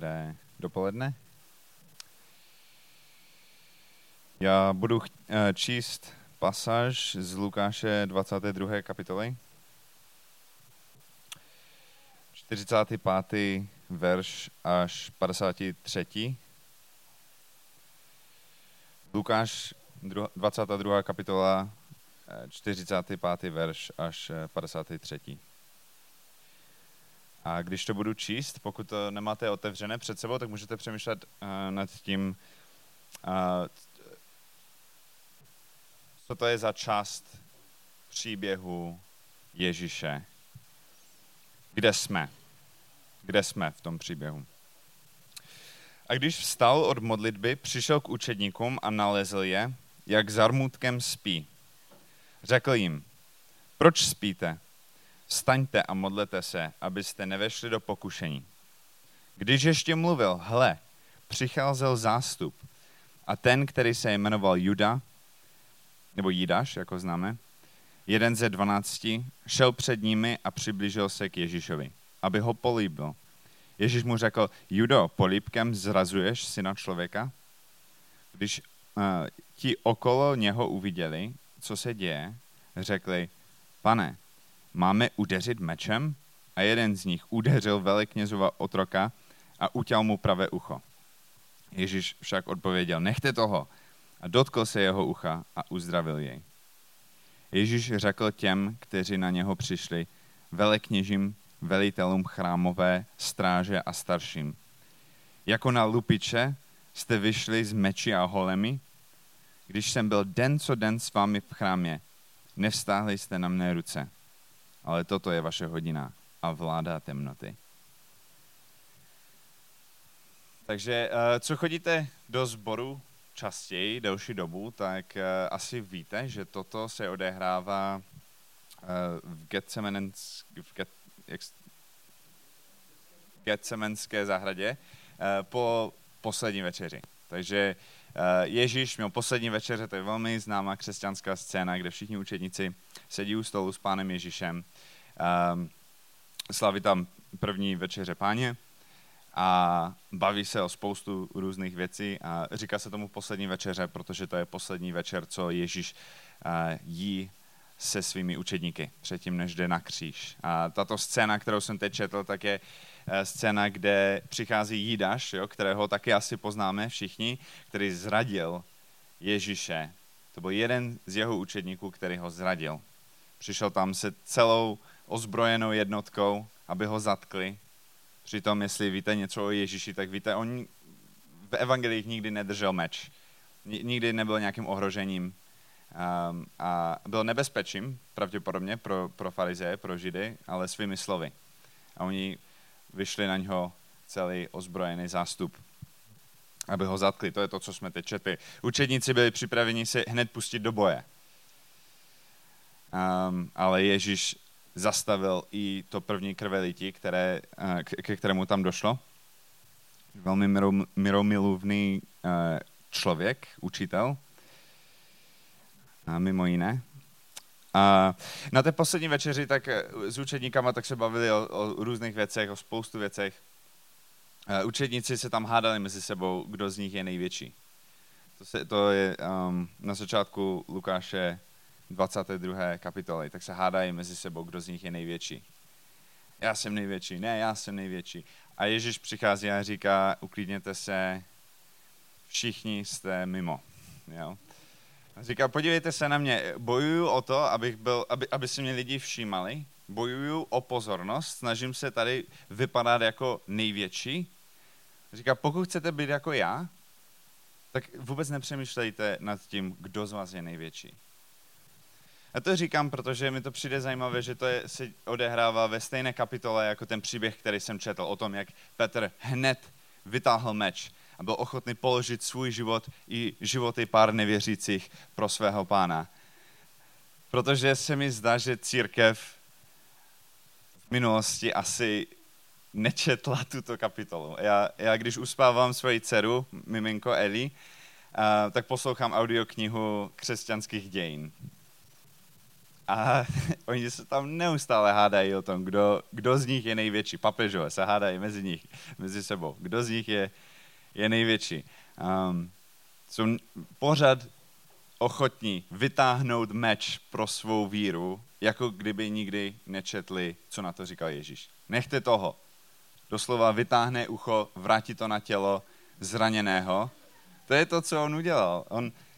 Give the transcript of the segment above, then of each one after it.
Dobré dopoledne. Já budu číst pasáž z Lukáše 22. kapitoly. 45. verš až 53. Lukáš 22. kapitola, 45. verš až 53. A když to budu číst, pokud to nemáte otevřené před sebou, tak můžete přemýšlet nad tím, co to je za část příběhu Ježíše. Kde jsme? Kde jsme v tom příběhu? A když vstal od modlitby, přišel k učedníkům a nalezl je, jak zarmutkem spí. Řekl jim, proč spíte? Vstaňte a modlete se, abyste nevešli do pokušení. Když ještě mluvil, hle, přicházel zástup a ten, který se jmenoval Juda, nebo Jidáš, jako známe, jeden ze 12, šel před nimi a přiblížil se k Ježíšovi, aby ho políbil. Ježíš mu řekl, Judo, políbkem zrazuješ syna člověka? Když ti okolo něho uviděli, co se děje, řekli, pane, máme udeřit mečem? A jeden z nich udeřil veleknězova otroka a uťal mu pravé ucho. Ježíš však odpověděl, nechte toho, a dotkl se jeho ucha a uzdravil jej. Ježíš řekl těm, kteří na něho přišli, velekněžím, velitelům chrámové, stráže a starším. Jako na lupiče jste vyšli z meči a holemi? Když jsem byl den co den s vámi v chrámě, nevstáhli jste na mné ruce. Ale toto je vaše hodina a vláda temnoty. Takže co chodíte do sboru častěji, delší dobu, tak asi víte, že toto se odehrává v Getsemenské zahradě po poslední večeři. Takže Ježíš měl poslední večeře, to je velmi známá křesťanská scéna, kde všichni učedníci sedí u stolu s pánem Ježíšem, slaví tam první večeře páně a baví se o spoustu různých věcí a říká se tomu poslední večeře, protože to je poslední večer, co Ježíš jí se svými učedníky předtím, než jde na kříž. A tato scéna, kterou jsem teď četl, tak je scéna, kde přichází Jidáš, jo, kterého taky asi poznáme všichni, který zradil Ježíše. To byl jeden z jeho učedníků, který ho zradil. Přišel tam se celou ozbrojenou jednotkou, aby ho zatkli. Přitom, jestli víte něco o Ježíši, tak víte, on v evangelích nikdy nedržel meč. Nikdy nebyl nějakým ohrožením. A byl nebezpečím, pravděpodobně pro farizeje, pro židy, ale svými slovy. A oni vyšli na něho celý ozbrojený zástup, aby ho zatkli. To je to, co jsme teď četli. Učedníci byli připraveni se hned pustit do boje. Ale Ježíš zastavil i to první krvelití, ke kterému tam došlo. Velmi miromilovný člověk, učitel, mimo jiné. A na té poslední večeři tak s učedníkama tak se bavili o různých věcech, o spoustu věcech. Učedníci se tam hádali mezi sebou, kdo z nich je největší. To je na začátku Lukáše 22. kapitoly, tak se hádají mezi sebou, kdo z nich je největší. Já jsem největší, ne, já jsem největší. A Ježíš přichází a říká, uklidněte se, všichni jste mimo. Jo? A říká, podívejte se na mě, bojuju o to, aby si mě lidi všímali, bojuju o pozornost, snažím se tady vypadat jako největší. Říká, pokud chcete být jako já, tak vůbec nepřemýšlejte nad tím, kdo z vás je největší. A to říkám, protože mi to přijde zajímavé, že to se odehrává ve stejné kapitole jako ten příběh, který jsem četl o tom, jak Petr hned vytáhl meč a byl ochotný položit svůj život i životy pár nevěřících pro svého pána. Protože se mi zdá, že církev v minulosti asi nečetla tuto kapitolu. Já když uspávám svoji dceru, miminko Eli, tak poslouchám audioknihu křesťanských dějin. A oni se tam neustále hádají o tom, kdo z nich je největší. Papežové se hádají mezi sebou. Kdo z nich je největší. Jsou pořád ochotní vytáhnout meč pro svou víru, jako kdyby nikdy nečetli, co na to říkal Ježíš. Nechte toho. Doslova vytáhne ucho, vrátí to na tělo zraněného. To je to, co on udělal.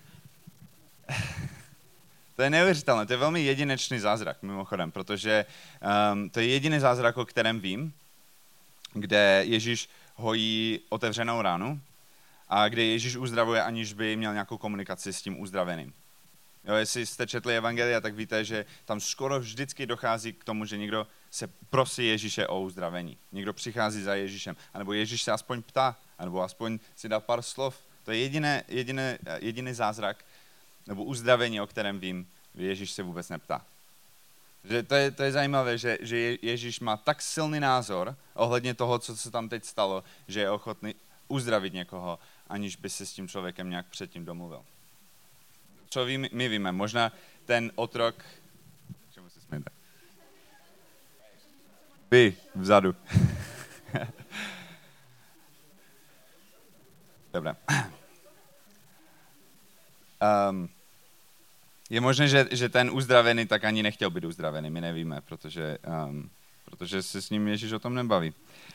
To je neuvěřitelné, to je velmi jedinečný zázrak, mimochodem, protože to je jediný zázrak, o kterém vím, kde Ježíš hojí otevřenou ránu a kde Ježíš uzdravuje, aniž by měl nějakou komunikaci s tím uzdraveným. Jo, jestli jste četli evangelia, tak víte, že tam skoro vždycky dochází k tomu, že někdo se prosí Ježíše o uzdravení. Někdo přichází za Ježíšem, anebo Ježíš se aspoň ptá, anebo aspoň si dá pár slov. To je jediný zázrak, nebo uzdravení, o kterém vím, Ježíš se vůbec neptá. Že to je zajímavé, že Ježíš má tak silný názor ohledně toho, co se tam teď stalo, že je ochotný uzdravit někoho, aniž by se s tím člověkem nějak předtím domluvil. Co my víme? Možná ten otrok... Čemu se smějete? Vy, vzadu. Dobré. Je možné, že ten uzdravený tak ani nechtěl být uzdravený, my nevíme, protože se s ním Ježíš o tom nebaví.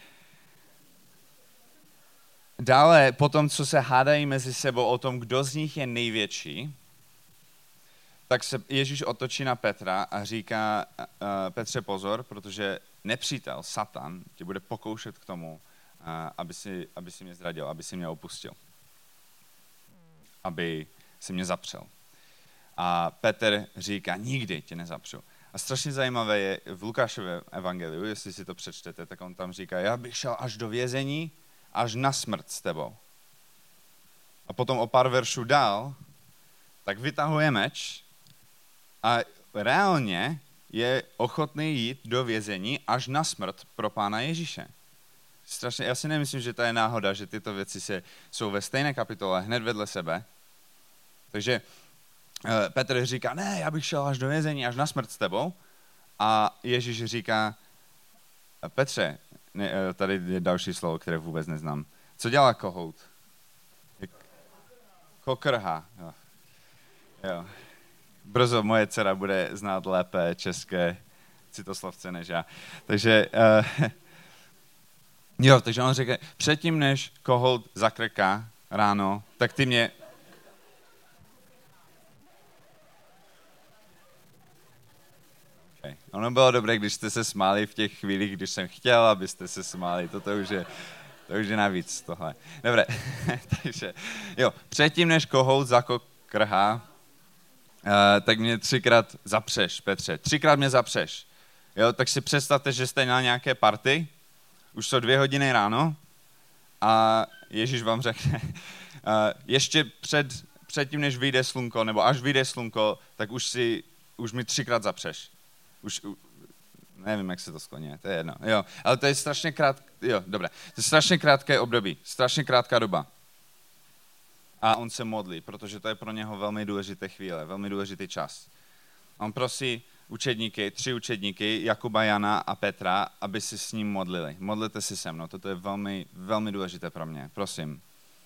Dále, potom, co se hádají mezi sebou o tom, kdo z nich je největší, tak se Ježíš otočí na Petra a říká, Petře, pozor, protože nepřítel, Satan, tě bude pokoušet k tomu, aby si mě zradil, aby si mě opustil. Aby si mě zapřel. A Petr říká, nikdy tě nezapřu. A strašně zajímavé je v Lukášově evangeliu, jestli si to přečtete, tak on tam říká, já bych šel až do vězení, až na smrt s tebou. A potom o pár veršů dál, tak vytahuje meč a reálně je ochotný jít do vězení až na smrt pro Pána Ježíše. Strašně, já si nemyslím, že to je náhoda, že tyto věci jsou ve stejné kapitole, hned vedle sebe. Takže Petr říká, ne, já bych šel až do vězení, až na smrt s tebou. A Ježíš říká, Petře, tady je další slovo, které vůbec neznám. Co dělá kohout? Kokrha. Jo. Brzo moje dcera bude znát lépe české citoslovce než já. Takže, takže on říká, předtím, než kohout zakrká ráno, tak ty mě... Okay. Ono bylo dobré, když jste se smáli v těch chvílích, když jsem chtěl, abyste se smáli. To už je navíc tohle. Dobré, takže předtím, než kohout zakrká, tak mě 3krát zapřeš, Petře. 3krát mě zapřeš. Jo, tak si představte, že jste na nějaké party, už jsou 2 hodiny ráno a Ježíš vám řekne, ještě předtím, než vyjde slunko, nebo až vyjde slunko, tak už mi 3krát zapřeš. Nevím, jak se to skloní, to je jedno. Jo, ale to je strašně to je strašně krátké období, strašně krátká doba. A on se modlí, protože to je pro něho velmi důležité chvíle, velmi důležitý čas. On prosí 3 učedníky, Jakuba, Jana a Petra, aby si s ním modlili. Modlete si se mnou, toto je velmi, velmi důležité pro mě, prosím.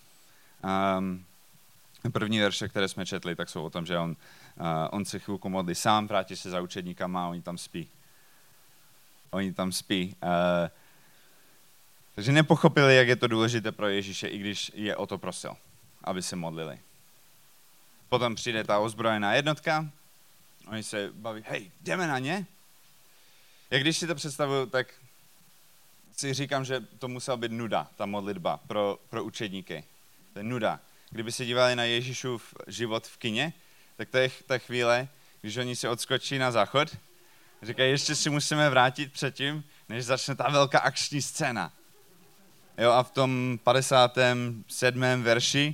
První verše, které jsme četli, tak jsou o tom, že on se chvilku modlí sám, vrátí se za učedníkama a oni tam spí. Takže nepochopili, jak je to důležité pro Ježíše, i když je o to prosil, aby se modlili. Potom přijde ta ozbrojená jednotka, oni se baví, hej, jdeme na ně. Jak když si to představuju, tak si říkám, že to musela být nuda, ta modlitba pro učedníky. To je nuda. Kdyby se dívali na Ježíšův život v kině, tak to je ta chvíle, když oni se odskočí na záchod, říkají, ještě si musíme vrátit předtím, než začne ta velká akční scéna. Jo, a v tom 57. verši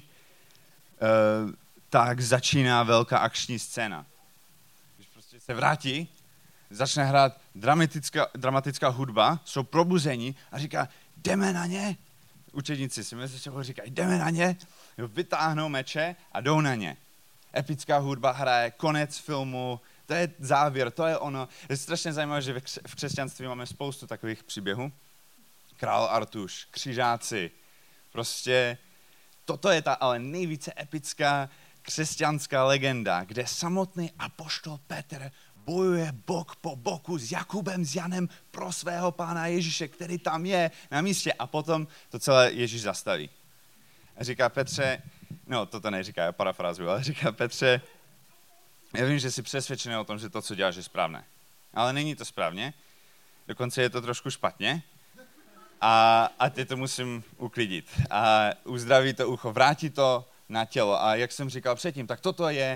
tak začíná velká akční scéna. Když prostě se vrátí, začne hrát dramatická hudba, jsou probuzení a říká, jdeme na ně. Učedníci si mezi sebou říkají, jdeme na ně, vytáhnou meče a jdou na ně. Epická hudba hraje, konec filmu, to je závěr, to je ono. Je strašně zajímavé, že v křesťanství máme spoustu takových příběhů. Král Artuš, křižáci, prostě toto je ta ale nejvíce epická křesťanská legenda, kde samotný apoštol Petr bojuje bok po boku s Jakubem, s Janem pro svého pána Ježíše, který tam je na místě a potom to celé Ježíš zastaví. A říká Petře, no toto neříká, já parafrázuju, ale říká Petře, já vím, že jsi přesvědčený o tom, že to, co děláš, je správné. Ale není to správně, dokonce je to trošku špatně a ty to musím uklidit. A uzdraví to ucho, vrátí to na tělo. A jak jsem říkal předtím, tak toto je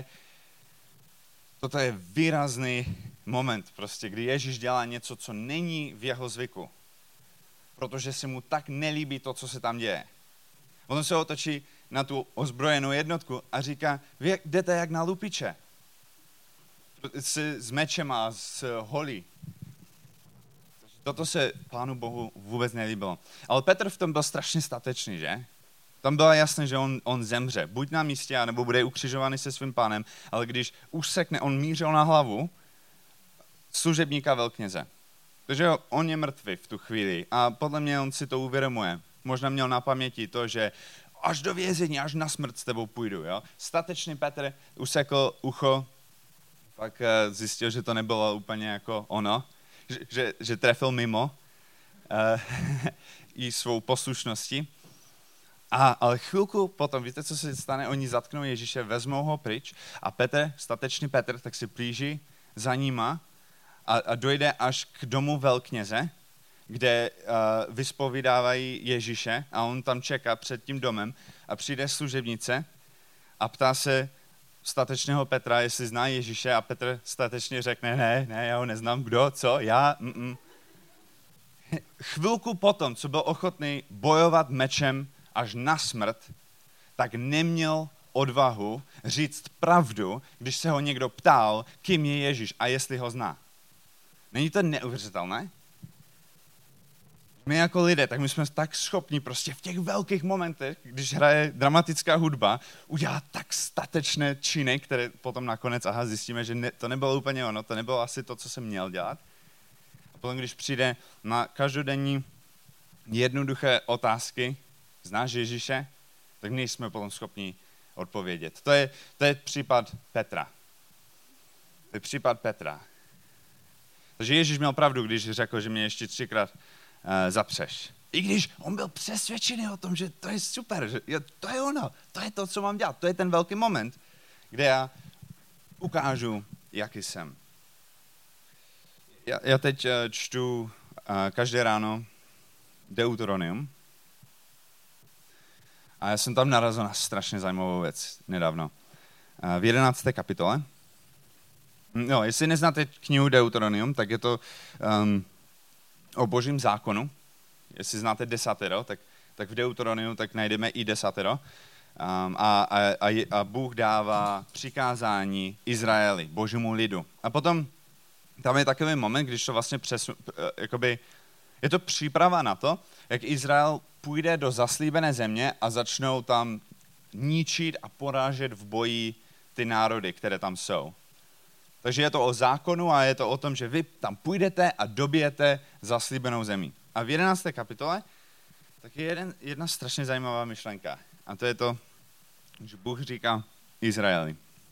výrazný moment, prostě, kdy Ježíš dělá něco, co není v jeho zvyku. Protože se mu tak nelíbí to, co se tam děje. On se otočí na tu ozbrojenou jednotku a říká, vy jdete jak na lupiče. S mečem a s holí. Toto se Pánu Bohu vůbec nelíbilo. Ale Petr v tom byl strašně statečný, že? Tam bylo jasné, že on zemře. Buď na místě, nebo bude ukřižovaný se svým pánem, ale když usekne, on mířil na hlavu služebníka velkněze. Takže on je mrtvý v tu chvíli a podle mě on si to uvědomuje. Možná měl na paměti to, že až do vězení, až na smrt s tebou půjdu. Jo? Statečný Petr usekl ucho, pak zjistil, že to nebylo úplně jako ono, že trefil mimo i svou poslušností. Ale chvilku potom, víte, co se stane? Oni zatknou Ježíše, vezmou ho pryč a Petr, statečný Petr, tak si plíží za nima a dojde až k domu velkněze, kde vyspovídávají Ježíše a on tam čeká před tím domem a přijde služebnice a ptá se statečného Petra, jestli zná Ježíše a Petr statečně řekne, ne, já ho neznám, kdo, co, já, Chvilku potom, co byl ochotný bojovat mečem až na smrt, tak neměl odvahu říct pravdu, když se ho někdo ptal, kým je Ježíš a jestli ho zná. Není to neuvěřitelné? My jako lidé, tak my jsme tak schopni prostě v těch velkých momentech, když hraje dramatická hudba, udělat tak statečné činy, které potom nakonec zjistíme, že to nebylo úplně ono, to nebylo asi to, co jsem měl dělat. A potom, když přijde na každodenní jednoduché otázky, znáš Ježíše, tak nejsme potom schopni odpovědět. To je případ Petra. To je případ Petra. Takže Ježíš měl pravdu, když řekl, že mě ještě 3krát zapřeš. I když on byl přesvědčený o tom, že to je super, že to je ono, to je to, co mám dělat, to je ten velký moment, kde já ukážu, jaký jsem. Já teď čtu každé ráno Deuteronomium a já jsem tam narazil na strašně zajímavou věc nedávno. V 11. kapitole. No, jestli neznáte knihu Deuteronomium, tak je to o božím zákonu. Jestli znáte desatero, tak v Deuteronomiu tak najdeme i desatero. A Bůh dává přikázání Izraeli, božímu lidu. A potom tam je takový moment, když to vlastně je to příprava na to, jak Izrael půjde do zaslíbené země a začnou tam ničit a porážet v boji ty národy, které tam jsou. Takže je to o zákonu a je to o tom, že vy tam půjdete a dobijete zaslíbenou zemi. A v 11. kapitole tak je jedna strašně zajímavá myšlenka. A to je to, že Bůh říká Izraeli.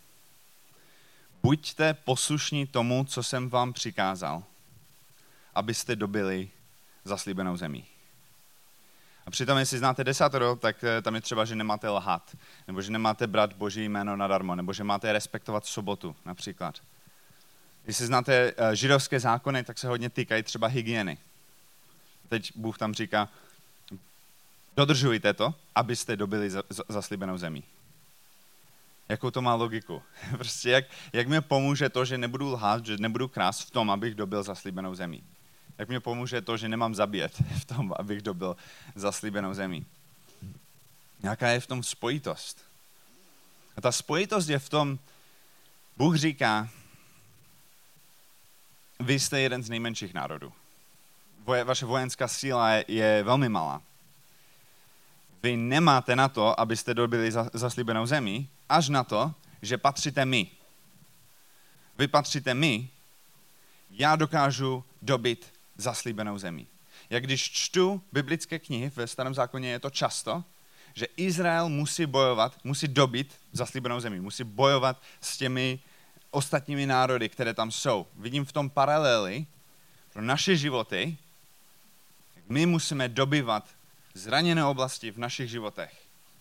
Buďte poslušní tomu, co jsem vám přikázal, abyste dobili zaslíbenou zemi. A přitom, jestli znáte desatero, tak tam je třeba, že nemáte lhat, nebo že nemáte brát Boží jméno nadarmo, nebo že máte respektovat sobotu například. Jestli znáte židovské zákony, tak se hodně týkají třeba hygieny. Teď Bůh tam říká, dodržujte to, abyste dobili zaslíbenou zemi. Jakou to má logiku? Prostě jak mě pomůže to, že nebudu lhát, že nebudu krást v tom, abych dobil zaslíbenou zemi? Jak mě pomůže to, že nemám zabíjet v tom, abych dobil zaslíbenou zemi? Jaká je v tom spojitost? A ta spojitost je v tom, Bůh říká, vy jste jeden z nejmenších národů. Vaše vojenská síla je velmi malá. Vy nemáte na to, abyste dobili zaslíbenou zemi, až na to, že patříte mi. vy patříte mi, já dokážu dobit zaslíbenou zemi. Jak když čtu biblické knihy, ve Starém zákoně je to často, že Izrael musí bojovat, musí dobit zaslíbenou zemi, musí bojovat s těmi ostatními národy, které tam jsou. Vidím v tom paralely pro naše životy, jak my musíme dobyvat zraněné oblasti v našich životech.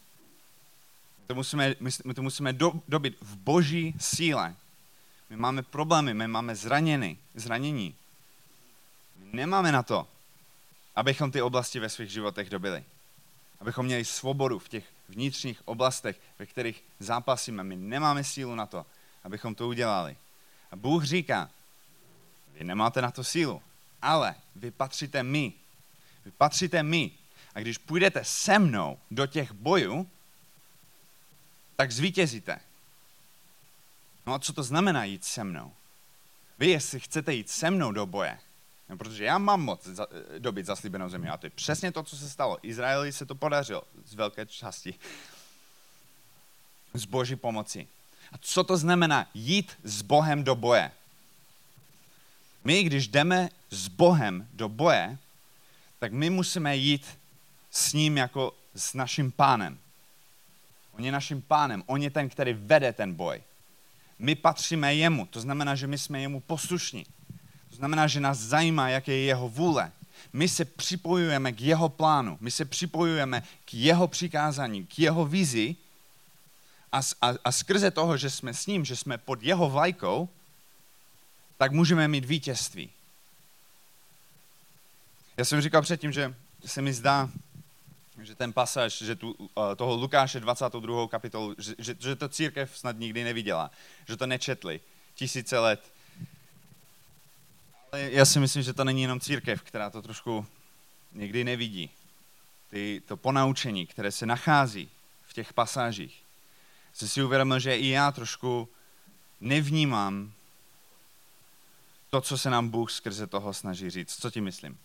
My to musíme dobit v boží síle. My máme problémy, my máme zranění. My nemáme na to, abychom ty oblasti ve svých životech dobili. Abychom měli svobodu v těch vnitřních oblastech, ve kterých zápasíme. My nemáme sílu na to, abychom to udělali. A Bůh říká, vy nemáte na to sílu, ale vy patříte mi. Vy patříte mi. A když půjdete se mnou do těch bojů, tak zvítězíte. No a co to znamená jít se mnou? Vy, jestli chcete jít se mnou do boje, no, protože já mám moc dobit zaslíbenou zemi. A to je přesně to, co se stalo. Izraeli se to podařilo z velké části. Z boží pomoci. A co to znamená jít s Bohem do boje? My, když jdeme s Bohem do boje, tak my musíme jít s ním jako s naším pánem. On je naším pánem, on je ten, který vede ten boj. My patříme jemu, to znamená, že my jsme jemu poslušní. To znamená, že nás zajímá, jaké je jeho vůle. My se připojujeme k jeho plánu, my se připojujeme k jeho přikázání, k jeho vizi a skrze toho, že jsme s ním, že jsme pod jeho vlajkou, tak můžeme mít vítězství. Já jsem říkal předtím, že se mi zdá, že ten pasáž, že toho Lukáše 22. kapitolu, že to církev snad nikdy neviděla, že to nečetli tisíce let. Ale já si myslím, že to není jenom církev, která to trošku někdy nevidí. To ponaučení, které se nachází v těch pasážích. Jsem si uvědomil, že i já trošku nevnímám to, co se nám Bůh skrze toho snaží říct. Co ti myslím?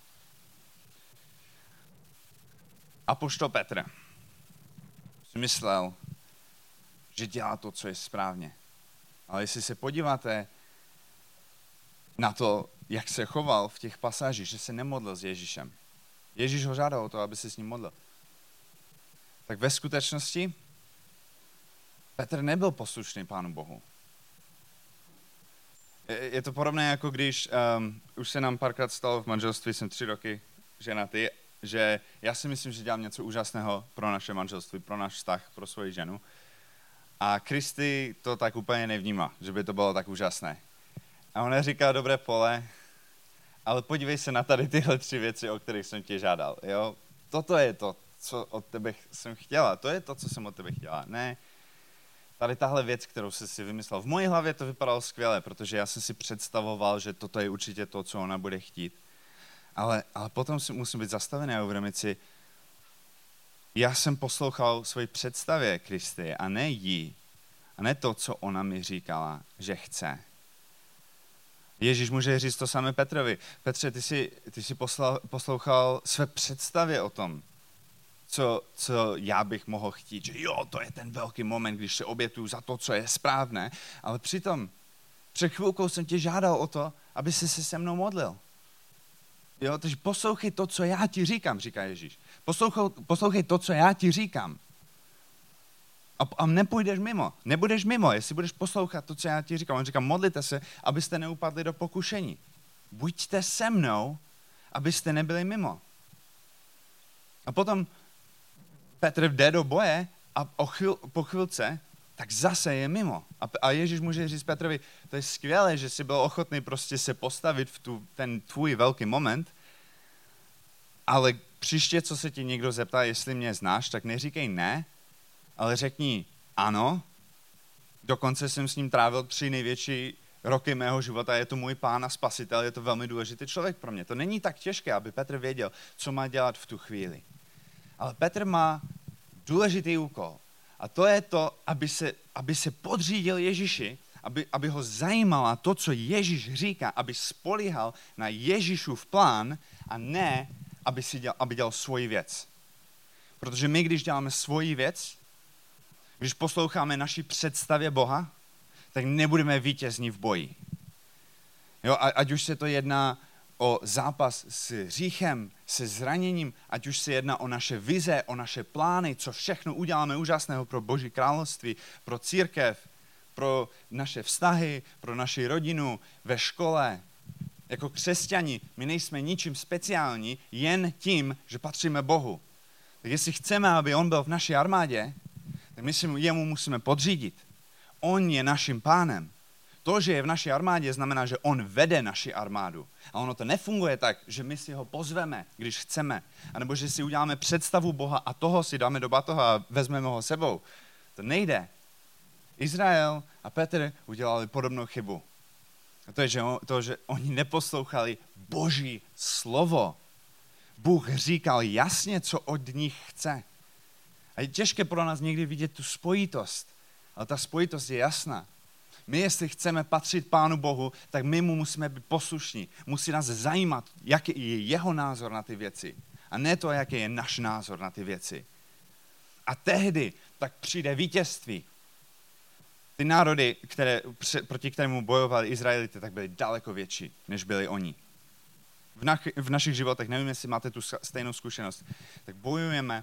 Apoštol Petr si myslel, že dělá to, co je správně. Ale jestli se podíváte na to, jak se choval v těch pasážích, že se nemodlil s Ježíšem. Ježíš ho žádal o to, aby se s ním modlil. Tak ve skutečnosti Petr nebyl poslušný Pánu Bohu. Je to podobné, jako když už se nám párkrát stalo v manželství, jsem 3 roky ženatý, že já si myslím, že dělám něco úžasného pro naše manželství, pro náš vztah, pro svoji ženu. A Kristy to tak úplně nevnímá, že by to bylo tak úžasné. A ona říká, dobré pole, ale podívej se na tady tyhle 3 věci, o kterých jsem tě žádal. Jo? Toto je to, co od tebe jsem chtěla. To je to, co jsem od tebe chtěla. Ne, tady tahle věc, kterou jsi si vymyslel. V mojí hlavě to vypadalo skvěle, protože já jsem si představoval, že toto je určitě to, co ona bude chtít. Ale potom si musím být zastavený a uvědomit si, já jsem poslouchal svoji představě Kristy a ne jí. A ne to, co ona mi říkala, že chce. Ježíš může říct to samé Petrovi. Petře, ty jsi poslouchal své představě o tom, co já bych mohl chtít. Že jo, to je ten velký moment, když se obětuju za to, co je správné. Ale přitom před chvilkou jsem tě žádal o to, aby jsi se mnou modlil. Jo, takže poslouchej to, co já ti říkám, říká Ježíš. Poslouchej to, co já ti říkám. A nepůjdeš mimo. Nebudeš mimo, jestli budeš poslouchat to, co já ti říkám. On říká, modlite se, abyste neupadli do pokušení. Buďte se mnou, abyste nebyli mimo. A potom Petr jde do boje a po chvilce tak zase je mimo. A Ježíš může říct Petrovi, to je skvělé, že jsi byl ochotný prostě se postavit v ten tvůj velký moment, ale příště, co se ti někdo zeptá, jestli mě znáš, tak neříkej ne, ale řekni ano, dokonce jsem s ním trávil 3 největší roky mého života, je to můj pán a spasitel, je to velmi důležitý člověk pro mě. To není tak těžké, aby Petr věděl, co má dělat v tu chvíli. Ale Petr má důležitý úkol. A to je to, aby se podřídil Ježíši, aby ho zajímala to, co Ježíš říká, aby spolíhal na Ježíšův plán a ne, aby dělal svoji věc. Protože my, když děláme svoji věc, když posloucháme naší představě Boha, tak nebudeme vítězní v boji. Jo, ať už se to jedná o zápas s hříchem, se zraněním, ať už se jedná o naše vize, o naše plány, co všechno uděláme úžasného pro Boží království, pro církev, pro naše vztahy, pro naši rodinu, ve škole. Jako křesťani my nejsme ničím speciální, jen tím, že patříme Bohu. Tak jestli chceme, aby on byl v naší armádě, tak my si jemu musíme podřídit. On je naším pánem. To, že je v naší armádě, znamená, že on vede naši armádu. A ono to nefunguje tak, že my si ho pozveme, když chceme. A nebo že si uděláme představu Boha a toho si dáme do batoha a vezmeme ho sebou. To nejde. Izrael a Petr udělali podobnou chybu. A to je, že oni neposlouchali Boží slovo. Bůh říkal jasně, co od nich chce. A je těžké pro nás někdy vidět tu spojitost, ale ta spojitost je jasná. My, jestli chceme patřit Pánu Bohu, tak my mu musíme být poslušní. Musí nás zajímat, jaký je jeho názor na ty věci. A ne to, jaký je náš názor na ty věci. A tehdy tak přijde vítězství. Ty národy, proti kterému bojovali Izraelité, tak byly daleko větší, než byli oni. V našich životech, nevím, jestli máte tu stejnou zkušenost, tak bojujeme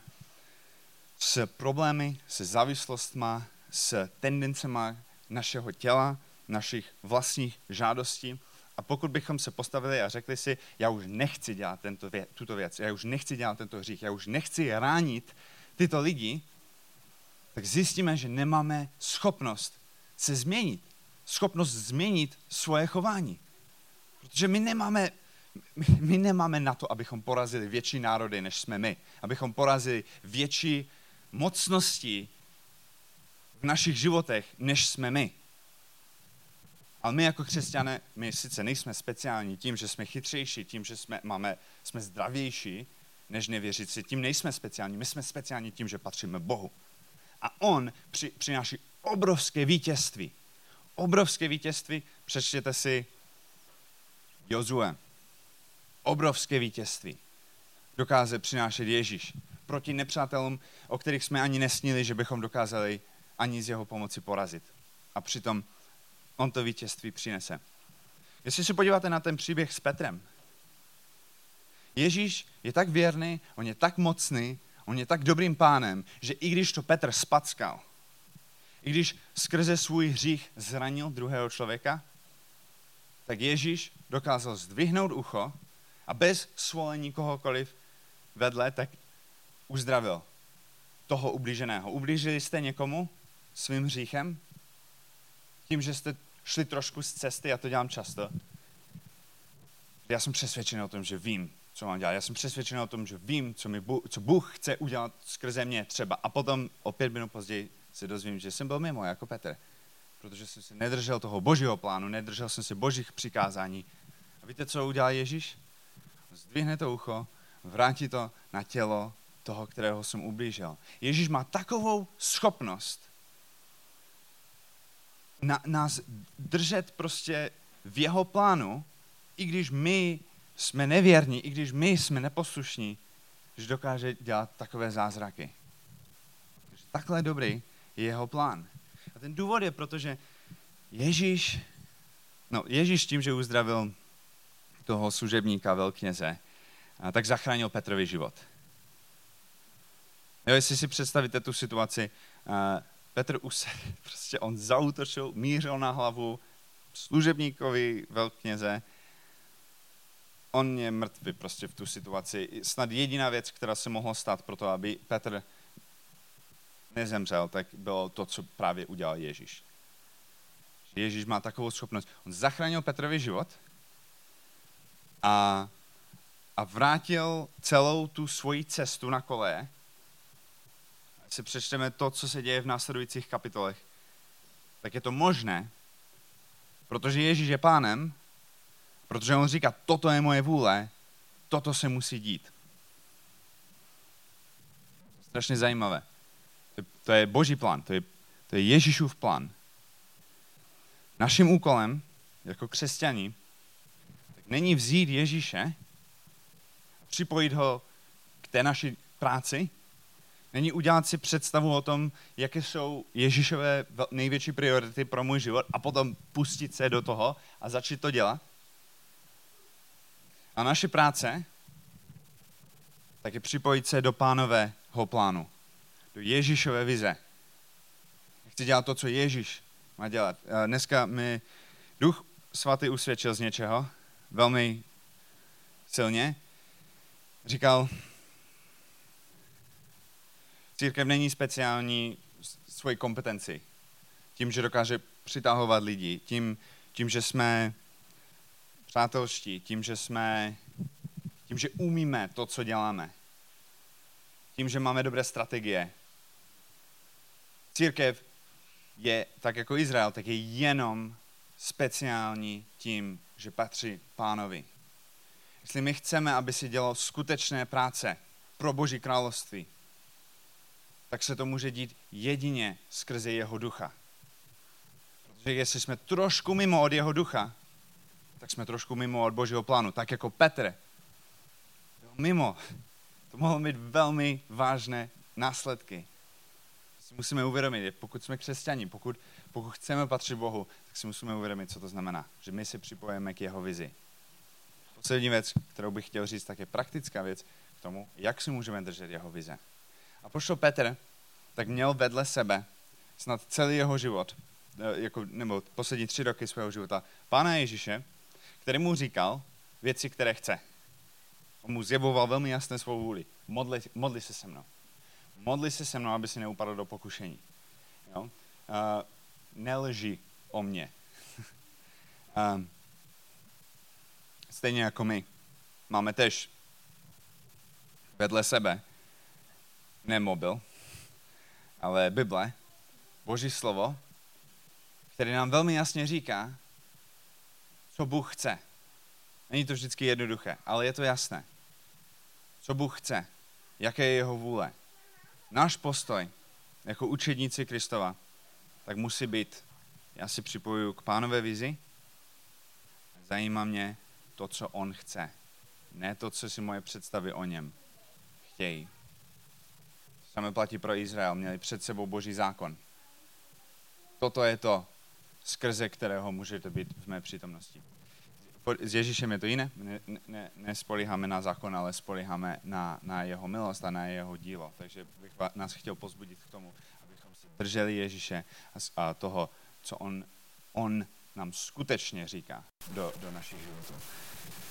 s problémy, se závislostma, s tendencema našeho těla, našich vlastních žádostí. A pokud bychom se postavili a řekli si, já už nechci dělat tuto věc, já už nechci dělat tento hřích, já už nechci ránit tyto lidi, tak zjistíme, že nemáme schopnost se změnit. Schopnost změnit svoje chování. Protože my nemáme na to, abychom porazili větší národy, než jsme my. Abychom porazili větší mocnosti v našich životech, než jsme my. Ale my jako křesťané, my sice nejsme speciální tím, že jsme chytřejší, tím, že jsme zdravější než nevěřící, tím nejsme speciální. My jsme speciální tím, že patříme Bohu. A on přináší obrovské vítězství. Obrovské vítězství, přečtěte si Jozue. Obrovské vítězství dokáže přinášet Ježíš proti nepřátelům, o kterých jsme ani nesnili, že bychom dokázali ani z jeho pomoci porazit. A přitom on to vítězství přinese. Jestli se podíváte na ten příběh s Petrem, Ježíš je tak věrný, on je tak mocný, on je tak dobrým pánem, že i když to Petr spackal, i když skrze svůj hřích zranil druhého člověka, tak Ježíš dokázal zdvihnout ucho a bez svolení kohokoliv vedle, tak uzdravil toho ublíženého. Ublížili jste někomu svým hříchem? Tím, že jste šli trošku z cesty, já to dělám často. Já jsem přesvědčený o tom, že vím, co mám dělat. Já jsem přesvědčený o tom, že vím, co Bůh chce udělat skrze mě třeba. A potom o 5 minut později se dozvím, že jsem byl mimo jako Petr. Protože jsem se nedržel toho Božího plánu, nedržel jsem se Božích přikázání. A víte, co udělal Ježíš? Zdvihne to ucho, vrátí to na tělo toho, kterého jsem ublížil. Ježíš má takovou schopnost nás držet prostě v jeho plánu, i když my jsme nevěrní, i když my jsme neposlušní, že dokáže dělat takové zázraky. Takhle dobrý je jeho plán. A ten důvod je, protože Ježíš tím, že uzdravil toho služebníka velkněze, tak zachránil Petrovi život. Jo, jestli si představíte tu situaci, Petr prostě on zaútočil, mířil na hlavu služebníkovi velkněze. On je mrtvý prostě v tu situaci. Snad jediná věc, která se mohla stát pro to, aby Petr nezemřel, tak bylo to, co právě udělal Ježíš. Ježíš má takovou schopnost. On zachránil Petrovi život a vrátil celou tu svoji cestu na koleje. Když si přečteme to, co se děje v následujících kapitolech, tak je to možné, protože Ježíš je pánem, protože on říká, toto je moje vůle, toto se musí dít. Strašně zajímavé. To je Boží plán, to je Ježíšův plán. Naším úkolem, jako křesťani, tak není vzít Ježíše, připojit ho k té naší práci, Není udělat si představu o tom, jaké jsou Ježíšové největší priority pro můj život a potom pustit se do toho a začít to dělat. A naše práce tak je připojit se do Pánového plánu, do Ježíšové vize. Chci dělat to, co Ježíš má dělat. Dneska mi Duch Svatý usvědčil z něčeho velmi silně. Říkal, církev není speciální svojí kompetenci. Tím, že dokáže přitahovat lidi, tím, že jsme přátelští, tím, že umíme to, co děláme. Tím, že máme dobré strategie. Církev je, tak jako Izrael, tak je jenom speciální tím, že patří Pánovi. Jestli my chceme, aby si dělal skutečné práce pro Boží království, tak se to může dít jedině skrze jeho ducha. Protože jestli jsme trošku mimo od jeho ducha, tak jsme trošku mimo od Božího plánu. Tak jako Petr byl mimo. To mohlo mít velmi vážné následky. Si musíme uvědomit, pokud jsme křesťani, pokud chceme patřit Bohu, tak si musíme uvědomit, co to znamená. Že my si připojíme k jeho vizi. Poslední věc, kterou bych chtěl říct, tak je praktická věc k tomu, jak si můžeme držet jeho vize. Apoštol Petr tak měl vedle sebe snad celý jeho život, nebo poslední 3 roky svého života, Pána Ježíše, který mu říkal věci, které chce. On mu zjevoval velmi jasně svou vůli. Modli se se mnou. Modli se se mnou, aby si neupadl do pokušení. Jo? Nelži o mě. Stejně jako my. Máme tež vedle sebe ne mobil, ale Bible, Boží slovo, které nám velmi jasně říká, co Bůh chce. Není to vždycky jednoduché, ale je to jasné. Co Bůh chce, jaké je jeho vůle. Náš postoj jako učedníci Kristova tak musí být, já si připojuju k Pánové vizi, zajímá mě to, co on chce. Ne to, co si moje představy o něm chtějí. Samé platí pro Izrael, měli před sebou Boží zákon. Toto je to, skrze kterého můžete být v mé přítomnosti. S Ježíšem je to jiné, nespolíháme na zákon, ale spolíháme na jeho milost a na jeho dílo. Takže bych nás chtěl pozbudit k tomu, abychom se drželi Ježíše a toho, co on nám skutečně říká do našich životů.